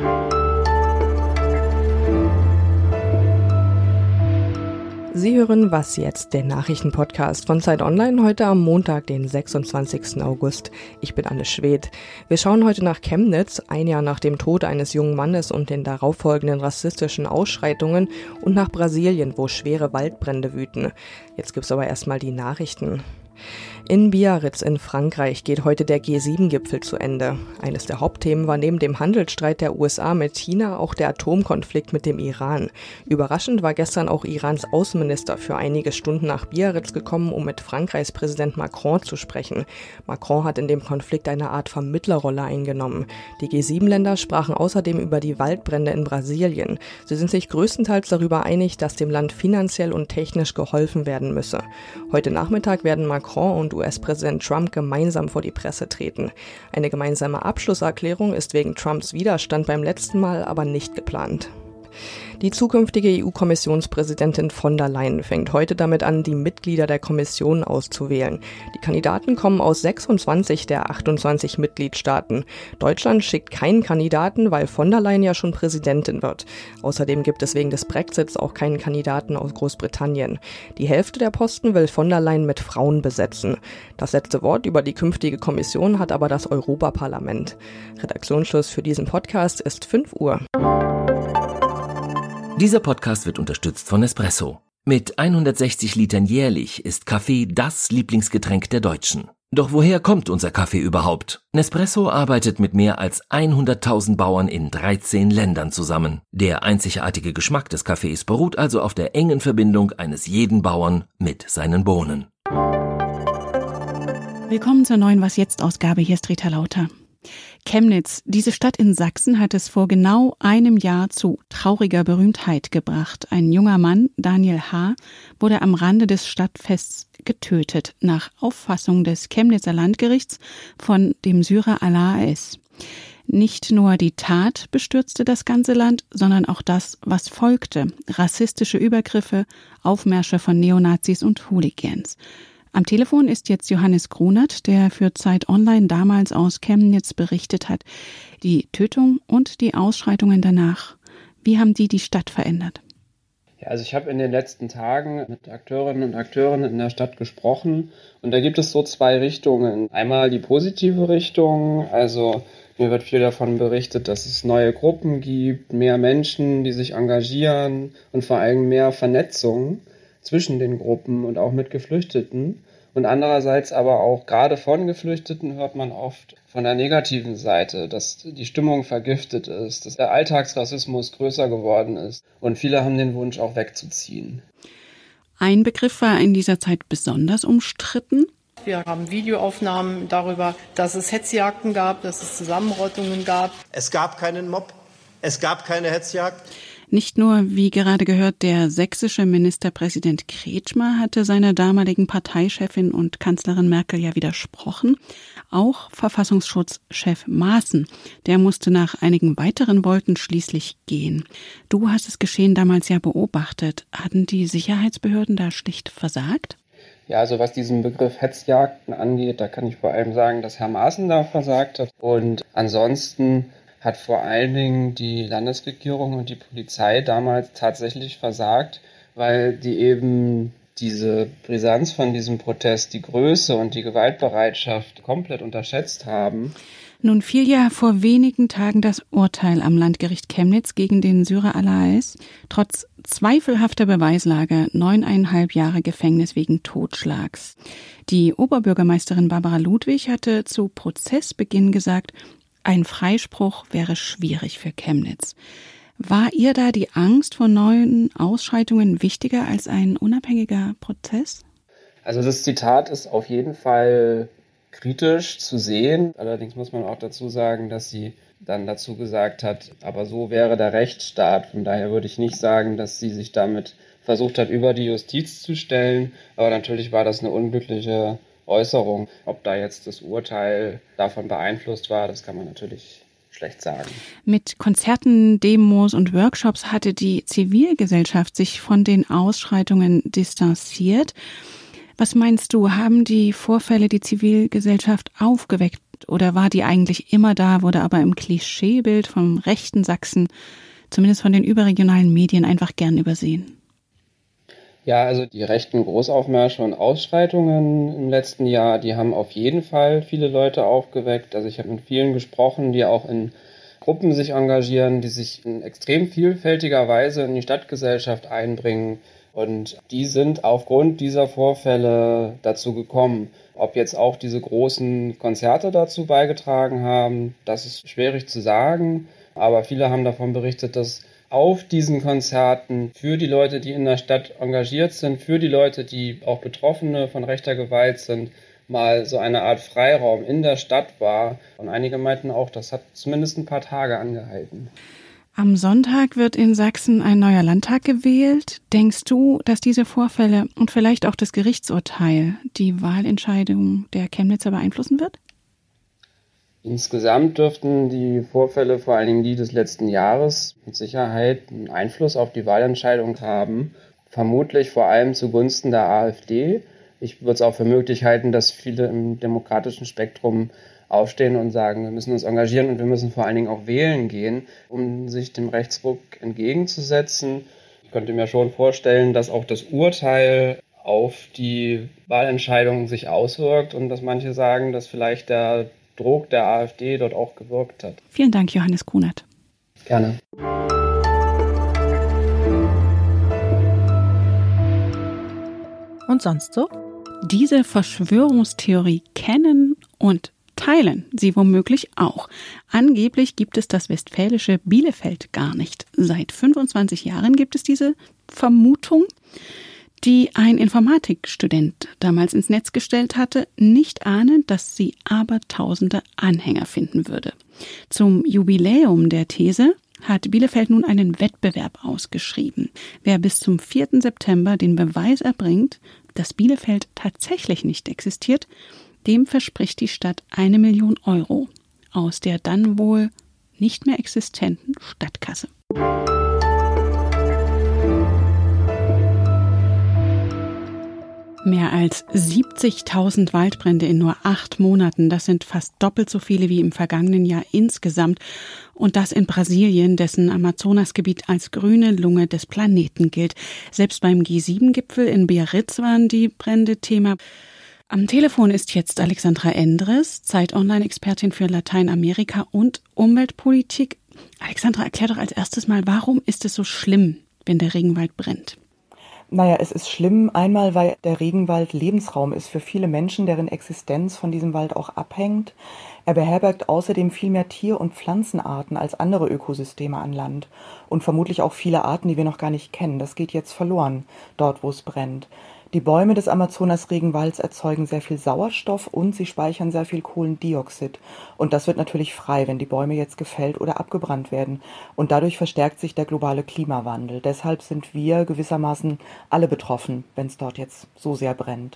Sie hören Was jetzt, den Nachrichtenpodcast von Zeit Online, heute am Montag, den 26. August. Ich bin Anne Schwedt. Wir schauen heute nach Chemnitz, ein Jahr nach dem Tod eines jungen Mannes und den darauffolgenden rassistischen Ausschreitungen, und nach Brasilien, wo schwere Waldbrände wüten. Jetzt gibt's aber erstmal die Nachrichten. In Biarritz in Frankreich geht heute der G7-Gipfel zu Ende. Eines der Hauptthemen war neben dem Handelsstreit der USA mit China auch der Atomkonflikt mit dem Iran. Überraschend war gestern auch Irans Außenminister für einige Stunden nach Biarritz gekommen, um mit Frankreichs Präsident Macron zu sprechen. Macron hat in dem Konflikt eine Art Vermittlerrolle eingenommen. Die G7-Länder sprachen außerdem über die Waldbrände in Brasilien. Sie sind sich größtenteils darüber einig, dass dem Land finanziell und technisch geholfen werden müsse. Heute Nachmittag werden Macron und US-Präsident Trump gemeinsam vor die Presse treten. Eine gemeinsame Abschlusserklärung ist wegen Trumps Widerstand beim letzten Mal aber nicht geplant. Die zukünftige EU-Kommissionspräsidentin von der Leyen fängt heute damit an, die Mitglieder der Kommission auszuwählen. Die Kandidaten kommen aus 26 der 28 Mitgliedstaaten. Deutschland schickt keinen Kandidaten, weil von der Leyen ja schon Präsidentin wird. Außerdem gibt es wegen des Brexits auch keinen Kandidaten aus Großbritannien. Die Hälfte der Posten will von der Leyen mit Frauen besetzen. Das letzte Wort über die künftige Kommission hat aber das Europaparlament. Redaktionsschluss für diesen Podcast ist 5 Uhr. Dieser Podcast wird unterstützt von Nespresso. Mit 160 Litern jährlich ist Kaffee das Lieblingsgetränk der Deutschen. Doch woher kommt unser Kaffee überhaupt? Nespresso arbeitet mit mehr als 100.000 Bauern in 13 Ländern zusammen. Der einzigartige Geschmack des Kaffees beruht also auf der engen Verbindung eines jeden Bauern mit seinen Bohnen. Willkommen zur neuen Was jetzt Ausgabe. Hier ist Rita Lauter. Chemnitz, diese Stadt in Sachsen, hat es vor genau einem Jahr zu trauriger Berühmtheit gebracht. Ein junger Mann, Daniel H., wurde am Rande des Stadtfests getötet, nach Auffassung des Chemnitzer Landgerichts von dem Syrer Alaa S. Nicht nur die Tat bestürzte das ganze Land, sondern auch das, was folgte: rassistische Übergriffe, Aufmärsche von Neonazis und Hooligans. Am Telefon ist jetzt Johannes Grunert, der für Zeit Online damals aus Chemnitz berichtet hat. Die Tötung und die Ausschreitungen danach, wie haben die Stadt verändert? Ja, also ich habe in den letzten Tagen mit Akteurinnen und Akteuren in der Stadt gesprochen, und da gibt es so 2 Richtungen. Einmal die positive Richtung, also mir wird viel davon berichtet, dass es neue Gruppen gibt, mehr Menschen, die sich engagieren und vor allem mehr Vernetzung zwischen den Gruppen und auch mit Geflüchteten. Und andererseits aber auch gerade von Geflüchteten hört man oft von der negativen Seite, dass die Stimmung vergiftet ist, dass der Alltagsrassismus größer geworden ist und viele haben den Wunsch auch wegzuziehen. Ein Begriff war in dieser Zeit besonders umstritten. Wir haben Videoaufnahmen darüber, dass es Hetzjagden gab, dass es Zusammenrottungen gab. Es gab keinen Mob, es gab keine Hetzjagd. Nicht nur, wie gerade gehört, der sächsische Ministerpräsident Kretschmer hatte seiner damaligen Parteichefin und Kanzlerin Merkel ja widersprochen. Auch Verfassungsschutzchef Maaßen, der musste nach einigen weiteren Wolken schließlich gehen. Du hast das Geschehen damals ja beobachtet. Hatten die Sicherheitsbehörden da schlicht versagt? Ja, also was diesen Begriff Hetzjagden angeht, da kann ich vor allem sagen, dass Herr Maaßen da versagt hat. Und ansonsten hat vor allen Dingen die Landesregierung und die Polizei damals tatsächlich versagt, weil die eben diese Brisanz von diesem Protest, die Größe und die Gewaltbereitschaft komplett unterschätzt haben. Nun fiel ja vor wenigen Tagen das Urteil am Landgericht Chemnitz gegen den Syrer Alaa S. Trotz zweifelhafter Beweislage 9,5 Jahre Gefängnis wegen Totschlags. Die Oberbürgermeisterin Barbara Ludwig hatte zu Prozessbeginn gesagt, ein Freispruch wäre schwierig für Chemnitz. War ihr da die Angst vor neuen Ausschreitungen wichtiger als ein unabhängiger Prozess? Also das Zitat ist auf jeden Fall kritisch zu sehen. Allerdings muss man auch dazu sagen, dass sie dann dazu gesagt hat, aber so wäre der Rechtsstaat. Von daher würde ich nicht sagen, dass sie sich damit versucht hat, über die Justiz zu stellen. Aber natürlich war das eine unglückliche Äußerung. Ob da jetzt das Urteil davon beeinflusst war, das kann man natürlich schlecht sagen. Mit Konzerten, Demos und Workshops hatte die Zivilgesellschaft sich von den Ausschreitungen distanziert. Was meinst du, haben die Vorfälle die Zivilgesellschaft aufgeweckt? existiert? Oder war die eigentlich immer da, wurde aber im Klischeebild vom rechten Sachsen, zumindest von den überregionalen Medien, einfach gern übersehen? Ja, also die rechten Großaufmärsche und Ausschreitungen im letzten Jahr, die haben auf jeden Fall viele Leute aufgeweckt. Also ich habe mit vielen gesprochen, die auch in Gruppen sich engagieren, die sich in extrem vielfältiger Weise in die Stadtgesellschaft einbringen. Und die sind aufgrund dieser Vorfälle dazu gekommen. Ob jetzt auch diese großen Konzerte dazu beigetragen haben, das ist schwierig zu sagen. Aber viele haben davon berichtet, dass auf diesen Konzerten für die Leute, die in der Stadt engagiert sind, für die Leute, die auch Betroffene von rechter Gewalt sind, mal so eine Art Freiraum in der Stadt war. Und einige meinten auch, das hat zumindest ein paar Tage angehalten. Am Sonntag wird in Sachsen ein neuer Landtag gewählt. Denkst du, dass diese Vorfälle und vielleicht auch das Gerichtsurteil die Wahlentscheidung der Chemnitzer beeinflussen wird? Insgesamt dürften die Vorfälle, vor allen Dingen die des letzten Jahres, mit Sicherheit einen Einfluss auf die Wahlentscheidung haben. Vermutlich vor allem zugunsten der AfD. Ich würde es auch für möglich halten, dass viele im demokratischen Spektrum aufstehen und sagen, wir müssen uns engagieren und wir müssen vor allen Dingen auch wählen gehen, um sich dem Rechtsruck entgegenzusetzen. Ich könnte mir schon vorstellen, dass auch das Urteil auf die Wahlentscheidung sich auswirkt und dass manche sagen, dass vielleicht der Druck der AfD dort auch gewirkt hat. Vielen Dank, Johannes Kunert. Gerne. Und sonst so? Diese Verschwörungstheorie kennen und teilen sie womöglich auch. Angeblich gibt es das westfälische Bielefeld gar nicht. Seit 25 Jahren gibt es diese Vermutung, die ein Informatikstudent damals ins Netz gestellt hatte, nicht ahnend, dass sie abertausende Anhänger finden würde. Zum Jubiläum der These hat Bielefeld nun einen Wettbewerb ausgeschrieben. Wer bis zum 4. September den Beweis erbringt, dass Bielefeld tatsächlich nicht existiert, dem verspricht die Stadt 1 Million Euro aus der dann wohl nicht mehr existenten Stadtkasse. Mehr als 70.000 Waldbrände in nur 8 Monaten. Das sind fast doppelt so viele wie im vergangenen Jahr insgesamt. Und das in Brasilien, dessen Amazonasgebiet als grüne Lunge des Planeten gilt. Selbst beim G7-Gipfel in Biarritz waren die Brände Thema. Am Telefon ist jetzt Alexandra Endres, Zeit-Online-Expertin für Lateinamerika und Umweltpolitik. Alexandra, erklär doch als erstes mal, warum ist es so schlimm, wenn der Regenwald brennt? Naja, es ist schlimm, einmal weil der Regenwald Lebensraum ist für viele Menschen, deren Existenz von diesem Wald auch abhängt. Er beherbergt außerdem viel mehr Tier- und Pflanzenarten als andere Ökosysteme an Land und vermutlich auch viele Arten, die wir noch gar nicht kennen. Das geht jetzt verloren, dort wo es brennt. Die Bäume des Amazonas-Regenwalds erzeugen sehr viel Sauerstoff und sie speichern sehr viel Kohlendioxid. Und das wird natürlich frei, wenn die Bäume jetzt gefällt oder abgebrannt werden. Und dadurch verstärkt sich der globale Klimawandel. Deshalb sind wir gewissermaßen alle betroffen, wenn es dort jetzt so sehr brennt.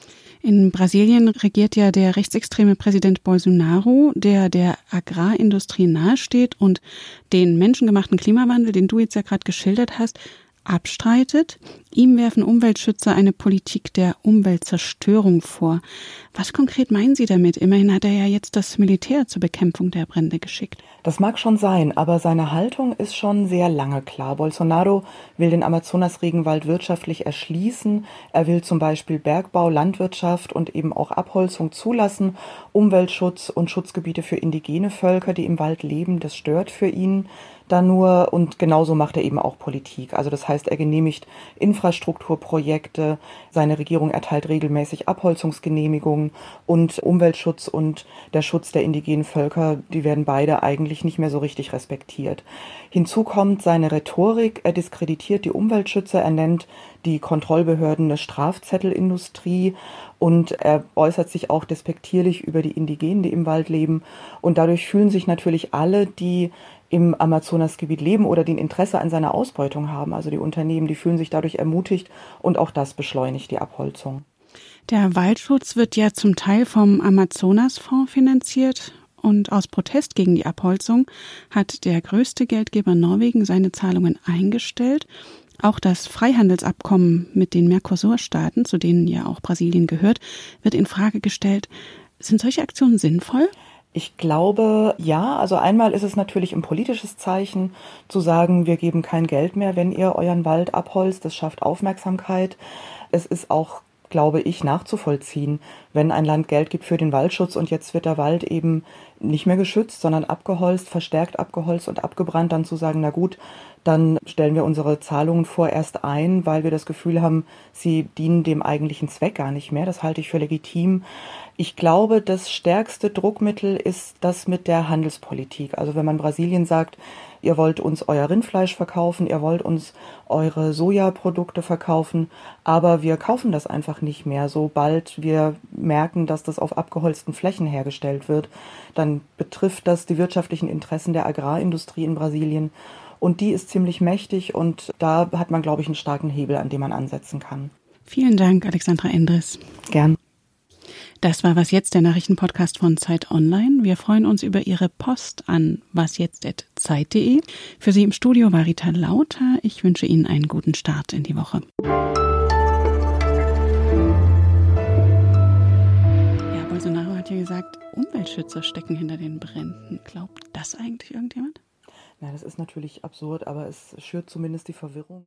In Brasilien regiert ja der rechtsextreme Präsident Bolsonaro, der Agrarindustrie nahesteht und den menschengemachten Klimawandel, den du jetzt ja gerade geschildert hast, abstreitet. Ihm werfen Umweltschützer eine Politik der Umweltzerstörung vor. Was konkret meinen Sie damit? Immerhin hat er ja jetzt das Militär zur Bekämpfung der Brände geschickt. Das mag schon sein, aber seine Haltung ist schon sehr lange klar. Bolsonaro will den Amazonas-Regenwald wirtschaftlich erschließen. Er will zum Beispiel Bergbau, Landwirtschaft und eben auch Abholzung zulassen. Umweltschutz und Schutzgebiete für indigene Völker, die im Wald leben, das stört für ihn da nur. Und genauso macht er eben auch Politik. Also das heißt, er genehmigt Infrastrukturprojekte, seine Regierung erteilt regelmäßig Abholzungsgenehmigungen und Umweltschutz und der Schutz der indigenen Völker, die werden beide eigentlich nicht mehr so richtig respektiert. Hinzu kommt seine Rhetorik, er diskreditiert die Umweltschützer, er nennt die Kontrollbehörden eine Strafzettelindustrie und er äußert sich auch despektierlich über die Indigenen, die im Wald leben. Und dadurch fühlen sich natürlich alle, die im Amazonasgebiet leben oder die ein Interesse an seiner Ausbeutung haben, also die Unternehmen, die fühlen sich dadurch ermutigt und auch das beschleunigt die Abholzung. Der Waldschutz wird ja zum Teil vom Amazonasfonds finanziert und aus Protest gegen die Abholzung hat der größte Geldgeber Norwegen seine Zahlungen eingestellt. Auch das Freihandelsabkommen mit den Mercosur-Staaten, zu denen ja auch Brasilien gehört, wird in Frage gestellt. Sind solche Aktionen sinnvoll? Ich glaube, ja. Also einmal ist es natürlich ein politisches Zeichen, zu sagen, wir geben kein Geld mehr, wenn ihr euren Wald abholzt. Das schafft Aufmerksamkeit. Es ist auch, glaube ich, nachzuvollziehen, wenn ein Land Geld gibt für den Waldschutz und jetzt wird der Wald eben nicht mehr geschützt, sondern abgeholzt, verstärkt abgeholzt und abgebrannt, dann zu sagen, na gut, dann stellen wir unsere Zahlungen vorerst ein, weil wir das Gefühl haben, sie dienen dem eigentlichen Zweck gar nicht mehr. Das halte ich für legitim. Ich glaube, das stärkste Druckmittel ist das mit der Handelspolitik. Also wenn man Brasilien sagt, ihr wollt uns euer Rindfleisch verkaufen, ihr wollt uns eure Sojaprodukte verkaufen, aber wir kaufen das einfach nicht mehr. Sobald wir merken, dass das auf abgeholzten Flächen hergestellt wird, dann betrifft das die wirtschaftlichen Interessen der Agrarindustrie in Brasilien. Und die ist ziemlich mächtig und da hat man, glaube ich, einen starken Hebel, an dem man ansetzen kann. Vielen Dank, Alexandra Endres. Gern. Das war Was Jetzt, der Nachrichtenpodcast von Zeit Online. Wir freuen uns über Ihre Post an wasjetzt@zeit.de. Für Sie im Studio war Rita Lauter. Ich wünsche Ihnen einen guten Start in die Woche. Ja, Bolsonaro hat ja gesagt, Umweltschützer stecken hinter den Bränden. Glaubt das eigentlich irgendjemand? Na, das ist natürlich absurd, aber es schürt zumindest die Verwirrung.